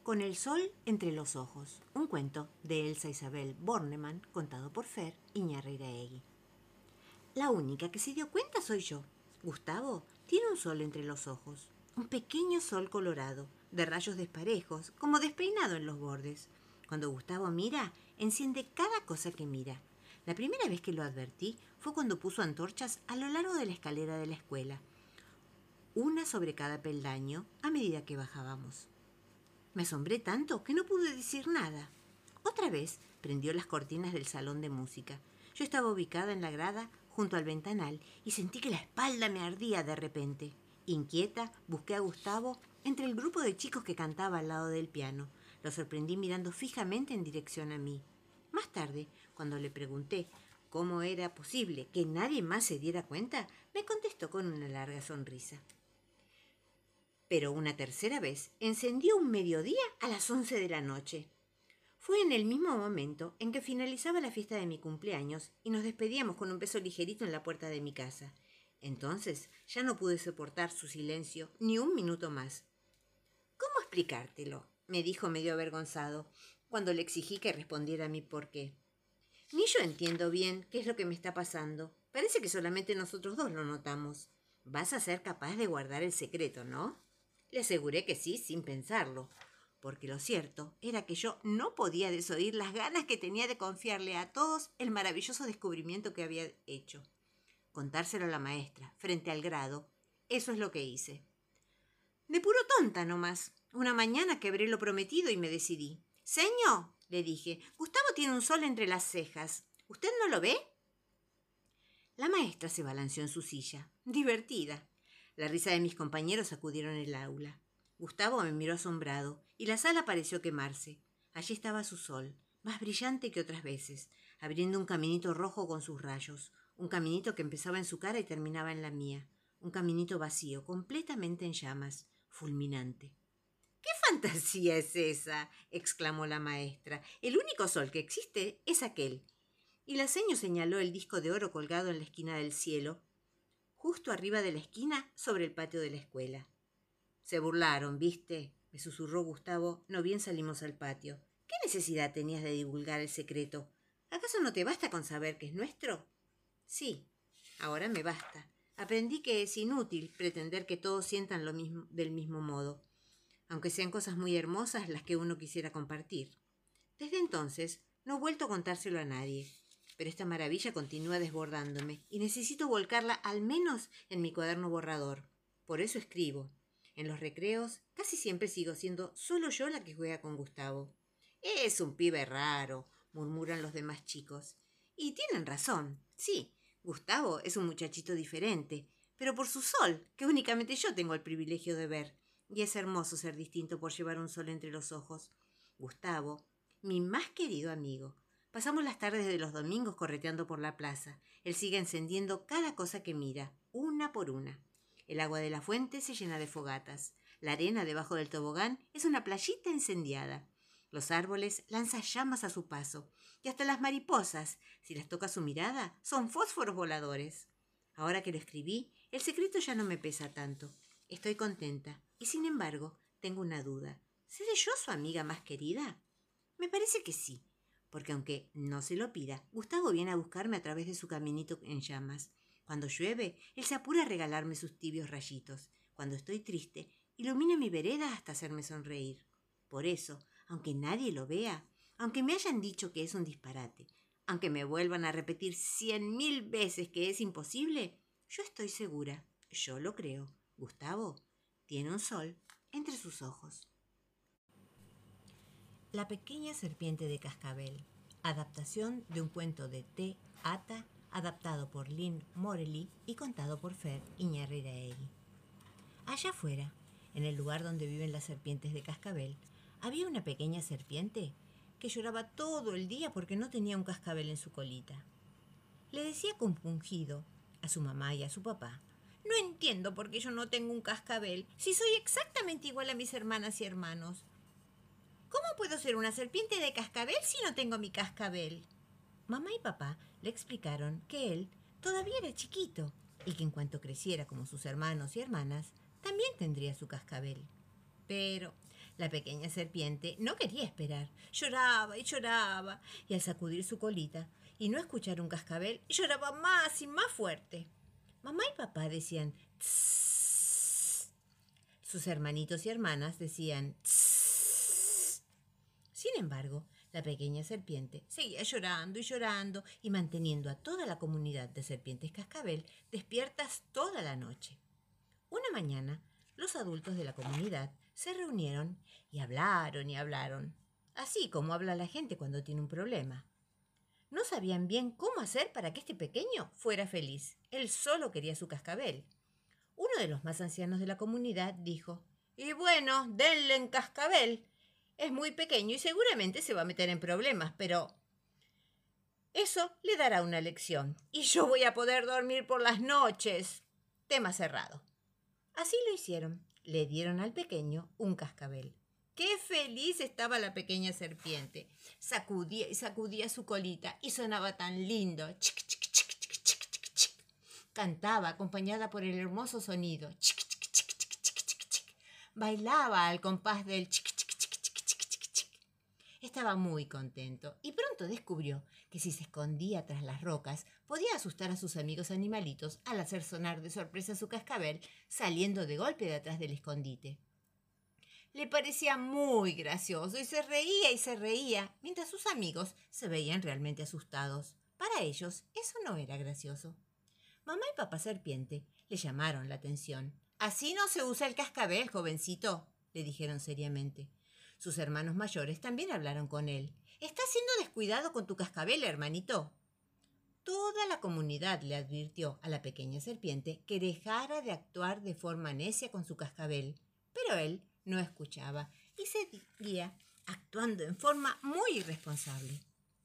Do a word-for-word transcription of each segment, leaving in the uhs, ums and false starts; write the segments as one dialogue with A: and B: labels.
A: Con el sol entre los ojos, un cuento de Elsa Isabel Bornemann, contado por Fer Iñarreiraegui. La única que se dio cuenta soy yo. Gustavo tiene un sol entre los ojos, un pequeño sol colorado, de rayos desparejos, como despeinado en los bordes. Cuando Gustavo mira, enciende cada cosa que mira. La primera vez que lo advertí fue cuando puso antorchas a lo largo de la escalera de la escuela, una sobre cada peldaño a medida que bajábamos. Me asombré tanto que no pude decir nada. Otra vez prendió las cortinas del salón de música. Yo estaba ubicada en la grada junto al ventanal y sentí que la espalda me ardía de repente. Inquieta, busqué a Gustavo entre el grupo de chicos que cantaba al lado del piano. Lo sorprendí mirando fijamente en dirección a mí. Más tarde, cuando le pregunté cómo era posible que nadie más se diera cuenta, me contestó con una larga sonrisa. Pero una tercera vez encendió un mediodía a las once de la noche. Fue en el mismo momento en que finalizaba la fiesta de mi cumpleaños y nos despedíamos con un beso ligerito en la puerta de mi casa. Entonces ya no pude soportar su silencio ni un minuto más. ¿Cómo explicártelo?, me dijo medio avergonzado, cuando le exigí que respondiera a mi porqué. Ni yo entiendo bien qué es lo que me está pasando. Parece que solamente nosotros dos lo notamos. Vas a ser capaz de guardar el secreto, ¿no? Le aseguré que sí, sin pensarlo, porque lo cierto era que yo no podía desoír las ganas que tenía de confiarle a todos el maravilloso descubrimiento que había hecho. Contárselo a la maestra, frente al grado, eso es lo que hice. De puro tonta nomás. Una mañana quebré lo prometido y me decidí. «Señor», le dije, «Gustavo tiene un sol entre las cejas. ¿Usted no lo ve?» La maestra se balanceó en su silla, divertida. La risa de mis compañeros sacudieron el aula. Gustavo me miró asombrado y la sala pareció quemarse. Allí estaba su sol, más brillante que otras veces, abriendo un caminito rojo con sus rayos, un caminito que empezaba en su cara y terminaba en la mía, un caminito vacío, completamente en llamas, fulminante. «¿Qué fantasía es esa?», exclamó la maestra. «El único sol que existe es aquel». Y la seño señaló el disco de oro colgado en la esquina del cielo, justo arriba de la esquina, sobre el patio de la escuela. «Se burlaron, ¿viste?», me susurró Gustavo, no bien salimos al patio. «¿Qué necesidad tenías de divulgar el secreto? ¿Acaso no te basta con saber que es nuestro?» «Sí, ahora me basta. Aprendí que es inútil pretender que todos sientan lo mismo, del mismo modo, aunque sean cosas muy hermosas las que uno quisiera compartir. Desde entonces no he vuelto a contárselo a nadie, pero esta maravilla continúa desbordándome y necesito volcarla al menos en mi cuaderno borrador. Por eso escribo. En los recreos casi siempre sigo siendo solo yo la que juega con Gustavo. «Es un pibe raro», murmuran los demás chicos. Y tienen razón. Sí, Gustavo es un muchachito diferente, pero por su sol, que únicamente yo tengo el privilegio de ver. Y es hermoso ser distinto por llevar un sol entre los ojos. Gustavo, mi más querido amigo. Pasamos las tardes de los domingos correteando por la plaza. Él sigue encendiendo cada cosa que mira, una por una. El agua de la fuente se llena de fogatas. La arena debajo del tobogán es una playita incendiada. Los árboles lanzan llamas a su paso. Y hasta las mariposas, si las toca su mirada, son fósforos voladores. Ahora que lo escribí, el secreto ya no me pesa tanto. Estoy contenta. Y sin embargo, tengo una duda. ¿Seré yo su amiga más querida? Me parece que sí, porque aunque no se lo pida, Gustavo viene a buscarme a través de su caminito en llamas. Cuando llueve, él se apura a regalarme sus tibios rayitos. Cuando estoy triste, ilumina mi vereda hasta hacerme sonreír. Por eso, aunque nadie lo vea, aunque me hayan dicho que es un disparate, aunque me vuelvan a repetir cien mil veces que es imposible, yo estoy segura, yo lo creo. Gustavo tiene un sol entre sus ojos. La pequeña serpiente de cascabel, adaptación de un cuento de T. Ata, adaptado por Lynn Morelli y contado por Fer Iñarreiraegui. Allá afuera, en el lugar donde viven las serpientes de cascabel, había una pequeña serpiente que lloraba todo el día porque no tenía un cascabel en su colita. Le decía compungido a su mamá y a su papá: «No entiendo por qué yo no tengo un cascabel, si soy exactamente igual a mis hermanas y hermanos. ¿Cómo puedo ser una serpiente de cascabel si no tengo mi cascabel?» Mamá y papá le explicaron que él todavía era chiquito y que en cuanto creciera como sus hermanos y hermanas, también tendría su cascabel. Pero La pequeña serpiente no quería esperar. Lloraba y lloraba, y al sacudir su colita y no escuchar un cascabel, lloraba más y más fuerte. Mamá y papá decían tss. Sus hermanitos y hermanas decían tss. Sin embargo, la pequeña serpiente seguía llorando y llorando y manteniendo a toda la comunidad de serpientes cascabel despiertas toda la noche. Una mañana, los adultos de la comunidad se reunieron y hablaron y hablaron, así como habla la gente cuando tiene un problema. No sabían bien cómo hacer para que este pequeño fuera feliz. Él solo quería su cascabel. Uno de los más ancianos de la comunidad dijo: «Y bueno, denle en cascabel. Es muy pequeño y seguramente se va a meter en problemas, pero eso le dará una lección. Y yo voy a poder dormir por las noches». Tema cerrado. Así lo hicieron. Le dieron al pequeño un cascabel. ¡Qué feliz estaba la pequeña serpiente! Sacudía y sacudía su colita y sonaba tan lindo. Chic, chic, chic, chic, chic, chic, chic. Cantaba acompañada por el hermoso sonido. Chic, chic, chic, chic, chic, chic, chic. Bailaba al compás del chic, chic, chic, chic, chic, chic, chic. Estaba muy contento y pronto descubrió que si se escondía tras las rocas podía asustar a sus amigos animalitos al hacer sonar de sorpresa su cascabel saliendo de golpe de atrás del escondite. Le parecía muy gracioso y se reía y se reía, mientras sus amigos se veían realmente asustados. Para ellos eso no era gracioso. Mamá y papá serpiente le llamaron la atención. «Así no se usa el cascabel, jovencito», le dijeron seriamente. Sus hermanos mayores también hablaron con él. «Estás siendo descuidado con tu cascabel, hermanito». Toda la comunidad le advirtió a la pequeña serpiente que dejara de actuar de forma necia con su cascabel, pero él no escuchaba y seguía actuando en forma muy irresponsable.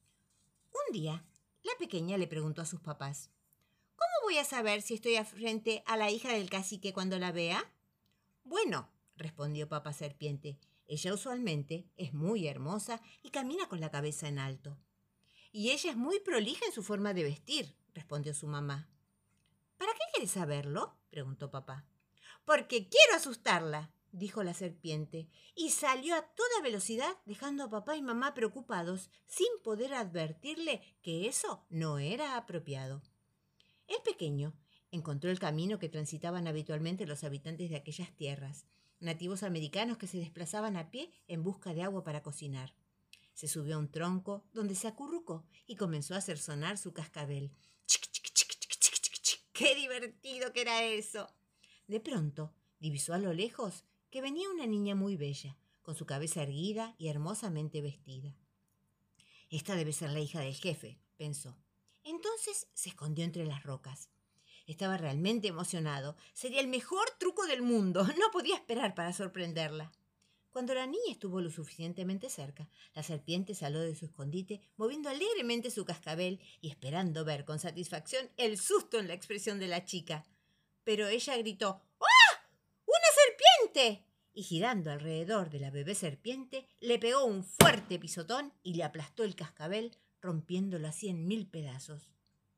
A: Un día, la pequeña le preguntó a sus papás: «¿Cómo voy a saber si estoy frente a la hija del cacique cuando la vea?» «Bueno», respondió papá serpiente, «ella usualmente es muy hermosa y camina con la cabeza en alto». «Y ella es muy prolija en su forma de vestir», respondió su mamá. «¿Para qué quieres saberlo?», preguntó papá. «Porque quiero asustarla», dijo la serpiente, y salió a toda velocidad dejando a papá y mamá preocupados sin poder advertirle que eso no era apropiado. El pequeño encontró el camino que transitaban habitualmente los habitantes de aquellas tierras, nativos americanos que se desplazaban a pie en busca de agua para cocinar. Se subió a un tronco donde se acurrucó y comenzó a hacer sonar su cascabel. ¡Chic, chic, chic, chic, chic, chic, chic! ¡Qué divertido que era eso! De pronto divisó a lo lejos que venía una niña muy bella, con su cabeza erguida y hermosamente vestida. «Esta debe ser la hija del jefe», pensó. Entonces se escondió entre las rocas. Estaba realmente emocionado. Sería el mejor truco del mundo. No podía esperar para sorprenderla. Cuando la niña estuvo lo suficientemente cerca, la serpiente salió de su escondite, moviendo alegremente su cascabel y esperando ver con satisfacción el susto en la expresión de la chica. Pero ella gritó: «¡Ah! ¡Una serpiente!» y girando alrededor de la bebé serpiente, le pegó un fuerte pisotón y le aplastó el cascabel, rompiéndolo así en mil pedazos.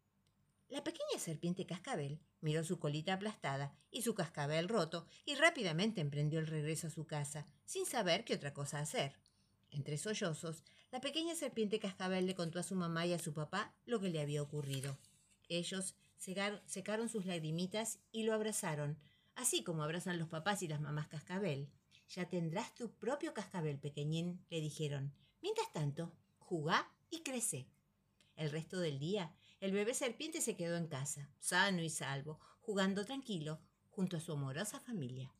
A: La pequeña serpiente cascabel miró su colita aplastada y su cascabel roto y rápidamente emprendió el regreso a su casa, sin saber qué otra cosa hacer. Entre sollozos, la pequeña serpiente cascabel le contó a su mamá y a su papá lo que le había ocurrido. Ellos secaron sus lagrimitas y lo abrazaron, así como abrazan los papás y las mamás cascabel. «Ya tendrás tu propio cascabel, pequeñín», le dijeron. «Mientras tanto, jugá y crece». El resto del día, el bebé serpiente se quedó en casa, sano y salvo, jugando tranquilo junto a su amorosa familia.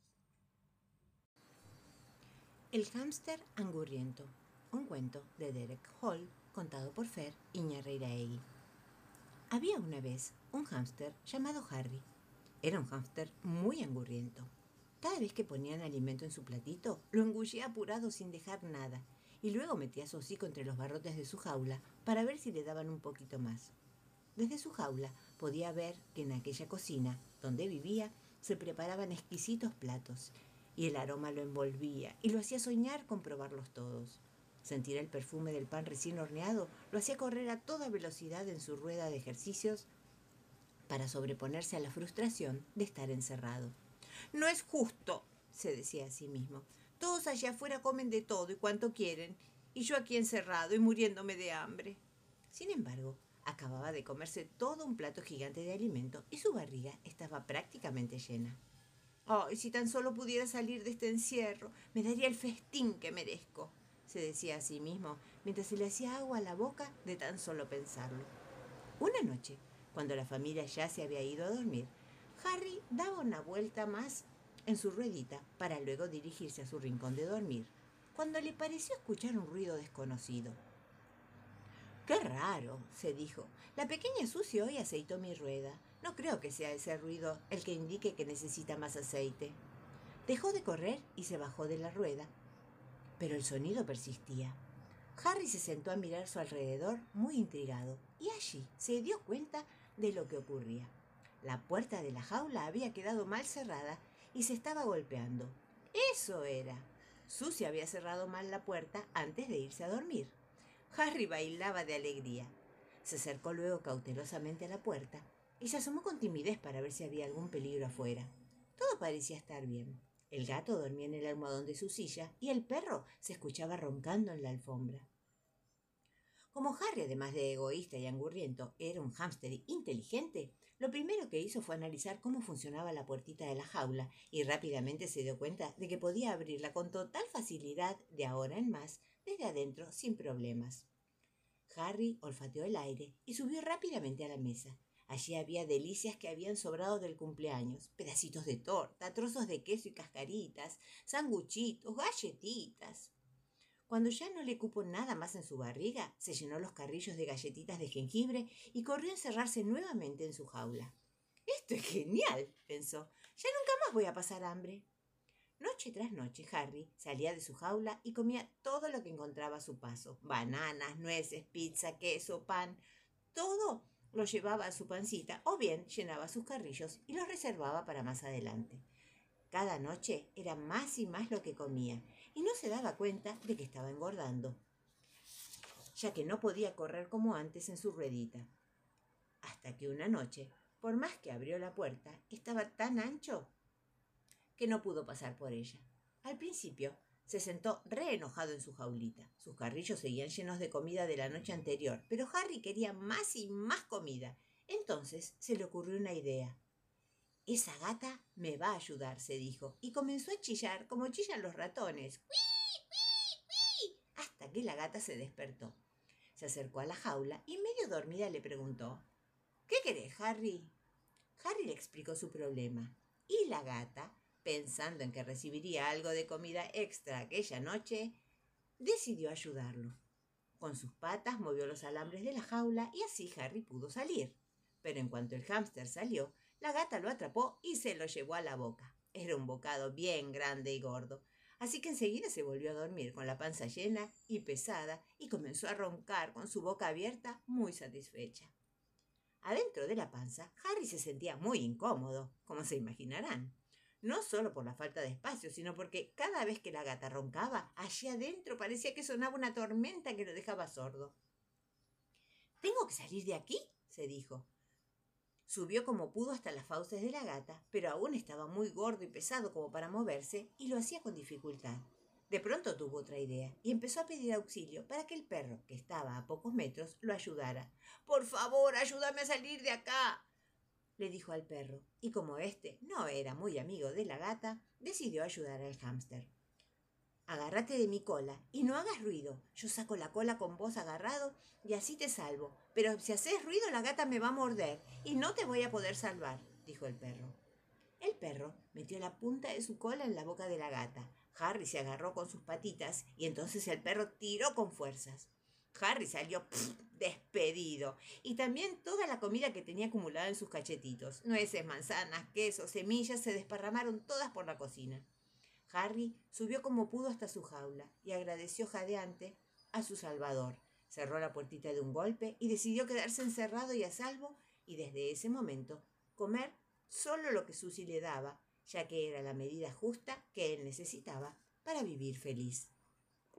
A: El hámster angurriento, un cuento de Derek Hall, contado por Fer Iñarreiraegui. Había una vez un hámster llamado Harry. Era un hámster muy angurriento. Cada vez que ponían alimento en su platito, lo engullía apurado sin dejar nada, y luego metía su hocico entre los barrotes de su jaula para ver si le daban un poquito más. Desde su jaula podía ver que en aquella cocina, donde vivía, se preparaban exquisitos platos, y el aroma lo envolvía y lo hacía soñar con probarlos todos. Sentir el perfume del pan recién horneado lo hacía correr a toda velocidad en su rueda de ejercicios para sobreponerse a la frustración de estar encerrado. «No es justo», se decía a sí mismo,
B: Todos allá afuera comen de todo y cuanto quieren, y yo aquí encerrado y muriéndome de hambre.
A: Sin embargo, acababa de comerse todo un plato gigante de alimento y su barriga estaba prácticamente llena.
B: «Ay, si tan solo pudiera salir de este encierro, me daría el festín que merezco», se decía a sí mismo, mientras se le hacía agua a la boca de tan solo pensarlo.
A: Una noche, cuando la familia ya se había ido a dormir, Harry daba una vuelta más en su ruedita para luego dirigirse a su rincón de dormir, cuando le pareció escuchar un ruido desconocido. «Qué raro», se dijo. «La pequeña Susie hoy aceitó mi rueda. No creo que sea ese ruido el que indique que necesita más aceite». Dejó de correr y se bajó de la rueda, pero el sonido persistía. Harry se sentó a mirar su alrededor muy intrigado y allí se dio cuenta de lo que ocurría. La puerta de la jaula había quedado mal cerrada y se estaba golpeando. Eso era. Susie había cerrado mal la puerta antes de irse a dormir. Harry bailaba de alegría. Se acercó luego cautelosamente a la puerta y se asomó con timidez para ver si había algún peligro afuera. Todo parecía estar bien. El gato dormía en el almohadón de su silla y el perro se escuchaba roncando en la alfombra. Como Harry, además de egoísta y angurriento, era un hámster inteligente, lo primero que hizo fue analizar cómo funcionaba la puertita de la jaula y rápidamente se dio cuenta de que podía abrirla con total facilidad de ahora en más desde adentro sin problemas. Harry olfateó el aire y subió rápidamente a la mesa. Allí había delicias que habían sobrado del cumpleaños, pedacitos de torta, trozos de queso y cascaritas, sanguchitos, galletitas. Cuando ya no le cupo nada más en su barriga, se llenó los carrillos de galletitas de jengibre y corrió a encerrarse nuevamente en su jaula. «Esto es genial», pensó. «Ya nunca más voy a pasar hambre». Noche tras noche, Harry salía de su jaula y comía todo lo que encontraba a su paso. Bananas, nueces, pizza, queso, pan. Todo lo llevaba a su pancita o bien llenaba sus carrillos y los reservaba para más adelante. Cada noche era más y más lo que comía y no se daba cuenta de que estaba engordando, ya que no podía correr como antes en su ruedita. Hasta que una noche, por más que abrió la puerta, estaba tan ancho que no pudo pasar por ella. Al principio se sentó re enojado en su jaulita. Sus carrillos seguían llenos de comida de la noche anterior, pero Harry quería más y más comida. Entonces se le ocurrió una idea. «Esa gata me va a ayudar», se dijo, y comenzó a chillar como chillan los ratones. ¡Uii, uii, uii! Hasta que la gata se despertó. Se acercó a la jaula y medio dormida le preguntó: «¿Qué querés, Harry?». Harry le explicó su problema y la gata, pensando en que recibiría algo de comida extra aquella noche, decidió ayudarlo. Con sus patas movió los alambres de la jaula y así Harry pudo salir. Pero en cuanto el hámster salió, la gata lo atrapó y se lo llevó a la boca. Era un bocado bien grande y gordo, así que enseguida se volvió a dormir con la panza llena y pesada y comenzó a roncar con su boca abierta muy satisfecha. Adentro de la panza, Harry se sentía muy incómodo, como se imaginarán. No solo por la falta de espacio, sino porque cada vez que la gata roncaba, allí adentro parecía que sonaba una tormenta que lo dejaba sordo. «Tengo que salir de aquí», se dijo. Subió como pudo hasta las fauces de la gata, pero aún estaba muy gordo y pesado como para moverse y lo hacía con dificultad. De pronto tuvo otra idea y empezó a pedir auxilio para que el perro, que estaba a pocos metros, lo ayudara. «Por favor, ayúdame a salir de acá», le dijo al perro, y como éste no era muy amigo de la gata, decidió ayudar al hámster. «Agárrate de mi cola y no hagas ruido. Yo saco la cola con vos agarrado y así te salvo. Pero si haces ruido la gata me va a morder y no te voy a poder salvar», dijo el perro. El perro metió la punta de su cola en la boca de la gata. Harry se agarró con sus patitas y entonces el perro tiró con fuerzas. Harry salió pff, despedido y también toda la comida que tenía acumulada en sus cachetitos. Nueces, manzanas, queso, semillas se desparramaron todas por la cocina. Harry subió como pudo hasta su jaula y agradeció jadeante a su salvador. Cerró la puertita de un golpe y decidió quedarse encerrado y a salvo y desde ese momento comer solo lo que Susie le daba, ya que era la medida justa que él necesitaba para vivir feliz.